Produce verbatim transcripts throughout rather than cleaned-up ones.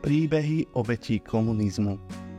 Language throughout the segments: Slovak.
Príbehy obetí komunizmu.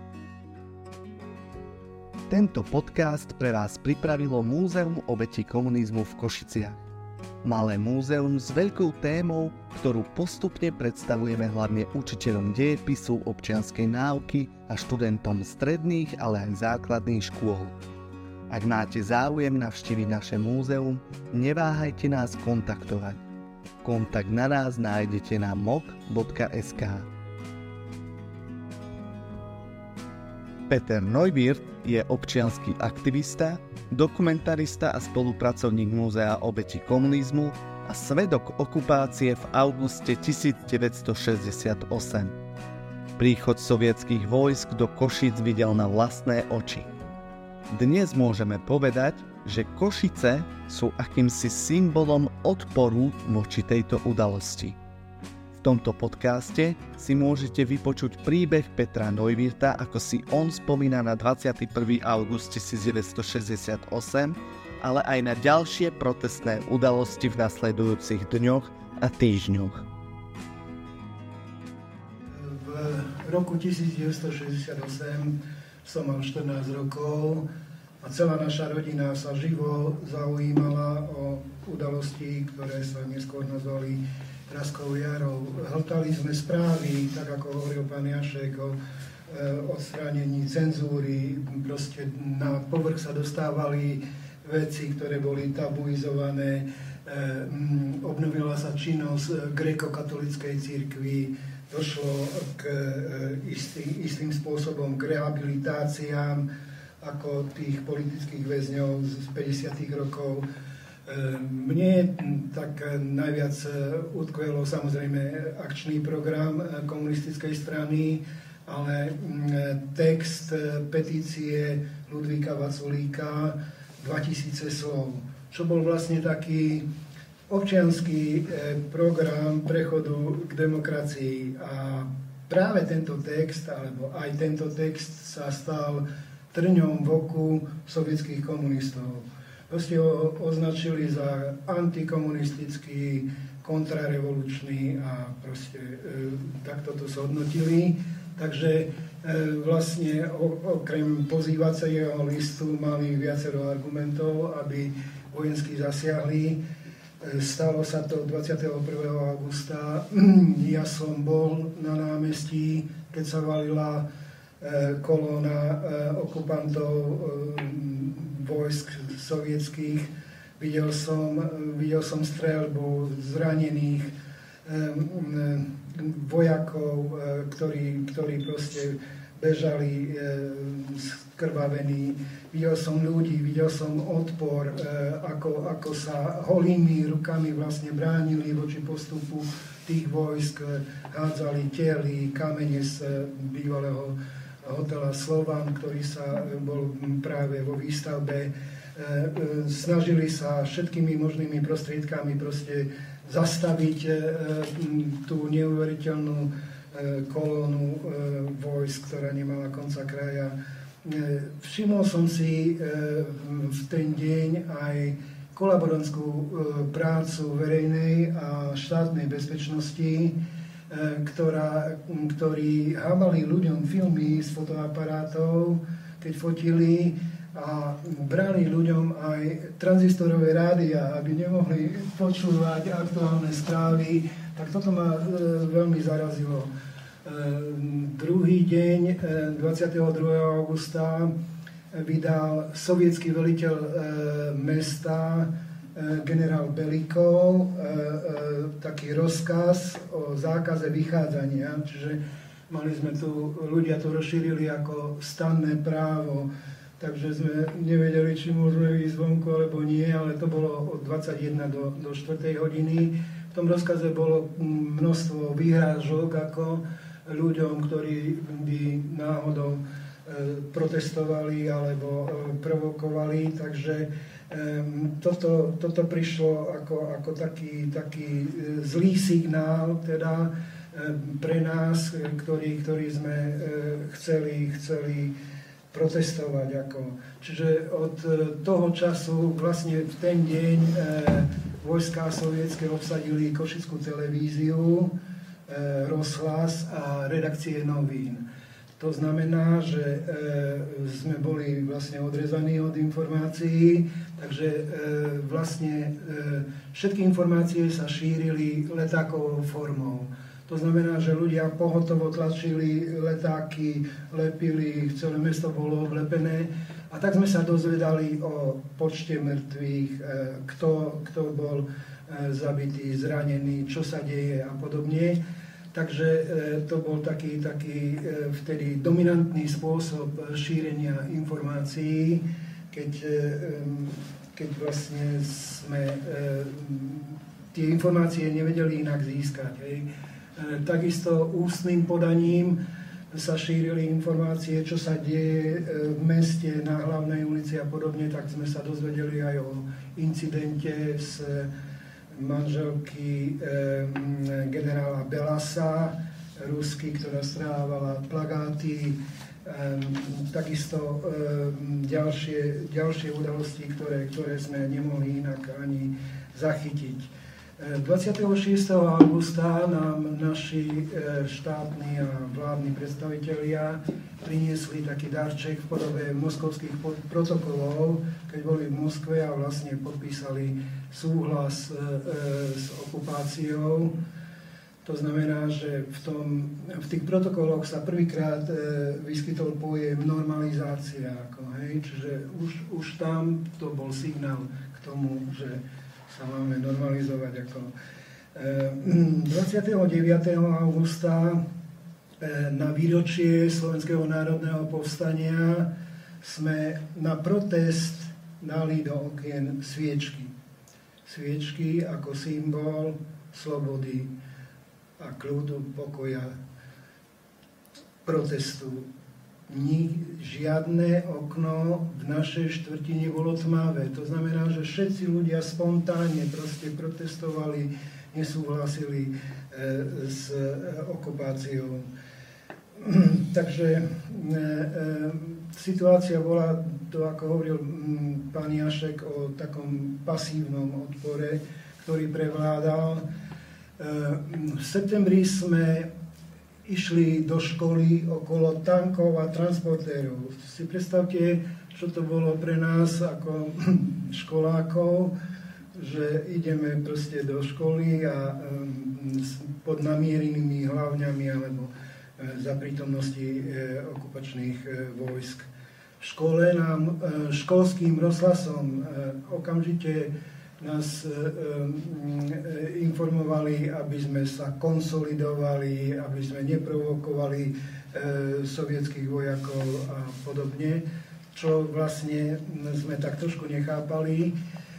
Tento podcast pre vás pripravilo Múzeum obetí komunizmu v Košiciach. Malé múzeum s veľkou témou, ktorú postupne predstavujeme hlavne učiteľom dejepisu, občianskej náuky a študentom stredných, ale aj základných škôl. Ak máte záujem navštíviť naše múzeum, neváhajte nás kontaktovať. Kontakt na nás nájdete na mok bodka es ká. Peter Neuwirth je občiansky aktivista, dokumentarista a spolupracovník Múzea obetí komunizmu a svedok okupácie v auguste devätnásťstošesťdesiatosem. Príchod sovietských vojsk do Košíc videl na vlastné oči. Dnes môžeme povedať, že Košice sú akýmsi symbolom odporu voči tejto udalosti. V tomto podcaste si môžete vypočuť príbeh Petra Neuwirtha, ako si on spomína na dvadsiateho prvého augusta devätnásťstošesťdesiatosem, ale aj na ďalšie protestné udalosti v nasledujúcich dňoch a týždňoch. V roku devätnásťstošesťdesiatosem som mal štrnásť rokov a celá naša rodina sa živo zaujímala o udalosti, ktoré sa neskôr nazvali Praskou jarou. Hltali sme správy, tak ako hovoril pán Jašek, o e, odstránení cenzúry. Proste na povrch sa dostávali veci, ktoré boli tabuizované. E, m, obnovila sa činnosť gréko-katolíckej cirkvi. Došlo k e, istý, istým spôsobom k rehabilitáciám ako tých politických väzňov z päťdesiatych rokov. Mne tak najviac utkvelo samozrejme akčný program komunistickej strany, ale text petície Ludvíka Vaculíka dvetisíc slov, čo bol vlastne taký občiansky program prechodu k demokracii. A práve tento text, alebo aj tento text sa stal trňom v oku sovietských komunistov. Proste ho označili za antikomunistický, kontrarevolučný a proste e, takto to zhodnotili. Takže e, vlastne o, okrem pozývacieho listu mali viacero argumentov, aby vojensky zasiahli. E, stalo sa to dvadsiateho prvého augusta. Ja som bol na námestí, keď sa valila e, kolóna e, okupantov e, vojsk sovietských. Videl som, videl som streľbu zranených um, vojakov, ktorí, ktorí proste bežali um, skrvavení. Videl som ľudí, videl som odpor, um, ako, ako sa holými rukami vlastne bránili voči postupu tých vojsk, hádzali tely, kamene z bývalého hotela Slovan, ktorý sa bol práve vo výstavbe. Snažili sa všetkými možnými prostriedkami proste zastaviť tú neuveriteľnú kolónu vojsk, ktorá nemala konca kraja. Všimol som si v ten deň aj kolaborantskú prácu verejnej a štátnej bezpečnosti, Ktorá, ktorí hábali ľuďom filmy z fotoaparátov, keď fotili, a brali ľuďom aj tranzistorové rádia, aby nemohli počúvať aktuálne správy. Tak toto ma e, veľmi zarazilo. E, druhý deň, e, dvadsiateho druhého augusta, vydal sovietský veliteľ e, mesta generál Belikov, taký rozkaz o zákaze vychádzania, čiže mali sme tu, ľudia to rozšírili ako stanné právo, takže sme nevedeli, či môžeme ísť vonku alebo nie, ale to bolo od dvadsaťjeden do, do štvrtej hodiny. V tom rozkaze bolo množstvo výhrážok ako ľuďom, ktorí by náhodou protestovali alebo provokovali, takže Toto, toto prišlo ako, ako taký, taký zlý signál teda pre nás, ktorí, ktorí sme chceli, chceli protestovať. Ako. Čiže od toho času, vlastne v ten deň, vojská sovietské obsadili košickú televíziu, rozhlas a redakcie novín. To znamená, že e, sme boli vlastne odrezaní od informácií, takže e, vlastne e, všetky informácie sa šírili letákovou formou. To znamená, že ľudia pohotovo tlačili letáky, lepili, celé mesto bolo oblepené. A tak sme sa dozvedali o počte mŕtvych, e, kto, kto bol e, zabitý, zranený, čo sa deje a podobne. Takže to bol taký, taký vtedy dominantný spôsob šírenia informácií, keď, keď vlastne sme tie informácie nevedeli inak získať. Hej. Takisto ústnym podaním sa šírili informácie, čo sa deje v meste, na hlavnej ulici a podobne, tak sme sa dozvedeli aj o incidente s manželky e, generála Belasa, Rusky, ktorá strávala plagáty, e, takisto e, ďalšie, ďalšie udalosti, ktoré, ktoré sme nemohli inak ani zachytiť. E, dvadsiateho šiesteho augusta nám naši e, štátni a vládni predstavitelia priniesli taký darček v podobe moskovských protokolov, keď boli v Moskve a vlastne podpísali súhlas e, e, s okupáciou. To znamená, že v, tom, v tých protokoloch sa prvýkrát e, vyskytol pojem normalizácia. Ako, hej? Čiže už, už tam to bol signál k tomu, že sa máme normalizovať. Ako. E, dvadsiateho deviateho augusta e, na výročie Slovenského národného povstania sme na protest dali do okien sviečky. Sviečky ako symbol slobody a kľudu, pokoja, protestu. Ni, žiadne okno v našej štvrti nebolo tmavé. To znamená, že všetci ľudia spontánne proste protestovali, nesúhlasili e, s e, okupáciou. Takže e, e, situácia bola, to ako hovoril m, pán Jašek, o takom pasívnom odpore, ktorý prevládal. E, v septembri sme išli do školy okolo tankov a transportérov. Si predstavte, čo to bolo pre nás ako školákov, že ideme proste do školy a um, pod namierenými hlavňami alebo za prítomnosti e, okupačných e, vojsk. V škole nám e, školským rozhlasom e, okamžite nás e, e, informovali, aby sme sa konsolidovali, aby sme neprovokovali e, sovietských vojakov a podobne, čo vlastne sme tak trošku nechápali,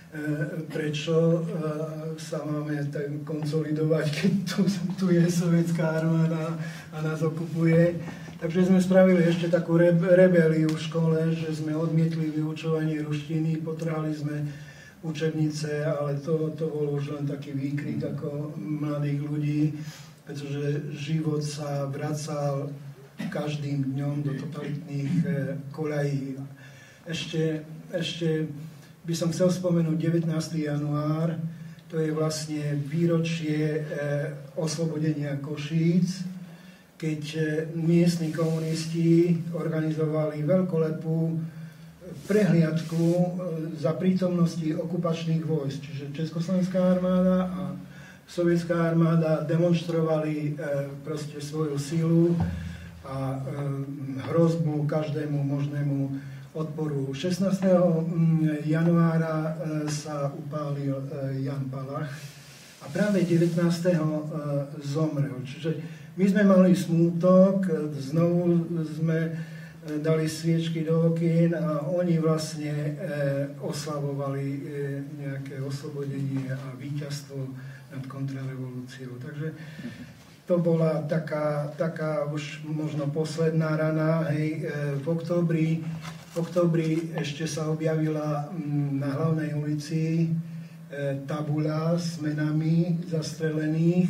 prečo sa máme tak konsolidovať, keď tu, tu je sovietská armáda a nás okupuje. Takže sme spravili ešte takú rebeliu v škole, že sme odmietli vyučovanie ruštiny, potrhali sme učebnice, ale to, to bol už len taký výkrik ako mladých ľudí, pretože život sa vracal každým dňom do totalitných koľají. Ešte, ešte by som chcel spomenúť devätnásteho január, to je vlastne výročie e, oslobodenia Košíc, keď e, miestni komunisti organizovali veľkolepú prehliadku e, za prítomnosti okupačných vojsk, čiže Československá armáda a Sovietská armáda demonštrovali e, proste svoju silu a e, hrozbu každému možnému odporu. šestnásteho januára sa upálil Jan Palach a práve devätnásteho zomrel. Čiže my sme mali smútok, znovu sme dali sviečky do okien a oni vlastne oslavovali nejaké oslobodenie a víťazstvo nad kontrarevolúciou. Takže to bola taká, taká už možno posledná rana. Hej, v októbri V októbri ešte sa objavila na hlavnej ulici tabuľa s menami zastrelených,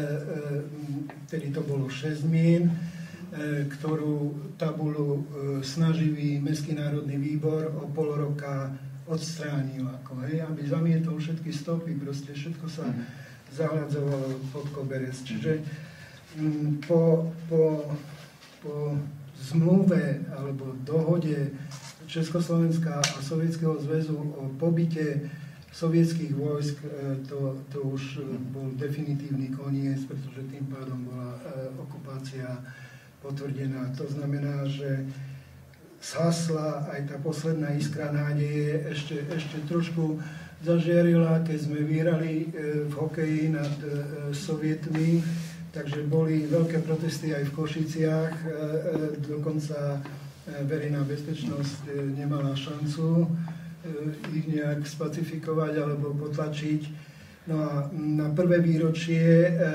tedy to bolo šesť mien, ktorú tabuľu snaživý Mestský národný výbor o pol roka odstránil, ako, hej, aby zamietol všetky stopy, proste všetko sa zahľadzovalo pod koberec. Čiže po, po, po zmluve alebo dohode Československa a Sovietskeho zväzu o pobyte sovietských vojsk, to, to už bol definitívny koniec, pretože tým pádom bola okupácia potvrdená. To znamená, že zhasla aj tá posledná iskra nádeje, ešte, ešte trošku zažiarila, keď sme vyhrali v hokeji nad Sovietmi, takže boli veľké protesty aj v Košiciach, dokonca verejná bezpečnosť nemala šancu ich nejak spacifikovať alebo potlačiť. No a na prvé výročie e, e,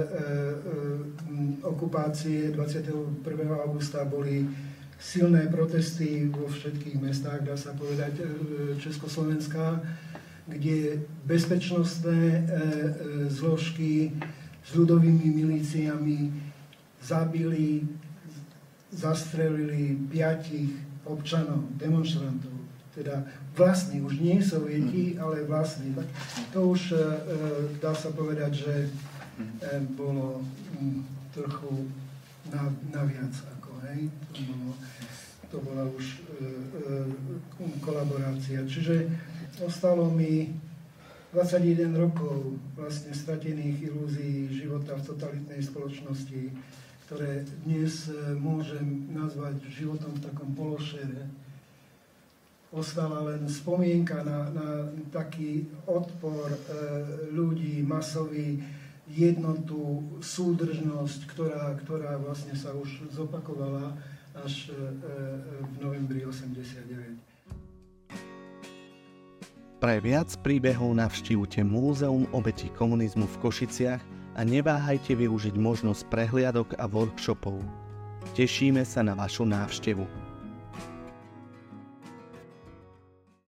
okupácie dvadsiateho prvého augusta boli silné protesty vo všetkých mestách, dá sa povedať, Československa, kde bezpečnostné e, e, zložky s ľudovými milíciami zabili, zastrelili piatich občanov, demonstrantov. Teda vlastní, už nie sovieti, ale vlastní. To už, e, dá sa povedať, že e, bolo m, trochu na, naviac. Ako, hej? To, bolo, to bola už e, e, kolaborácia. Čiže ostalo mi dvadsaťjeden rokov vlastne stratených ilúzií života v totalitnej spoločnosti, ktoré dnes e, môžem nazvať životom v takom pološere. Ostala len spomienka na, na taký odpor e, ľudí, masový, jednotu, súdržnosť, ktorá, ktorá vlastne sa už zopakovala až e, e, v novembri osemdesiatdeväť. Pre viac príbehov navštívte Múzeum obetí komunizmu v Košiciach a neváhajte využiť možnosť prehliadok a workshopov. Tešíme sa na vašu návštevu.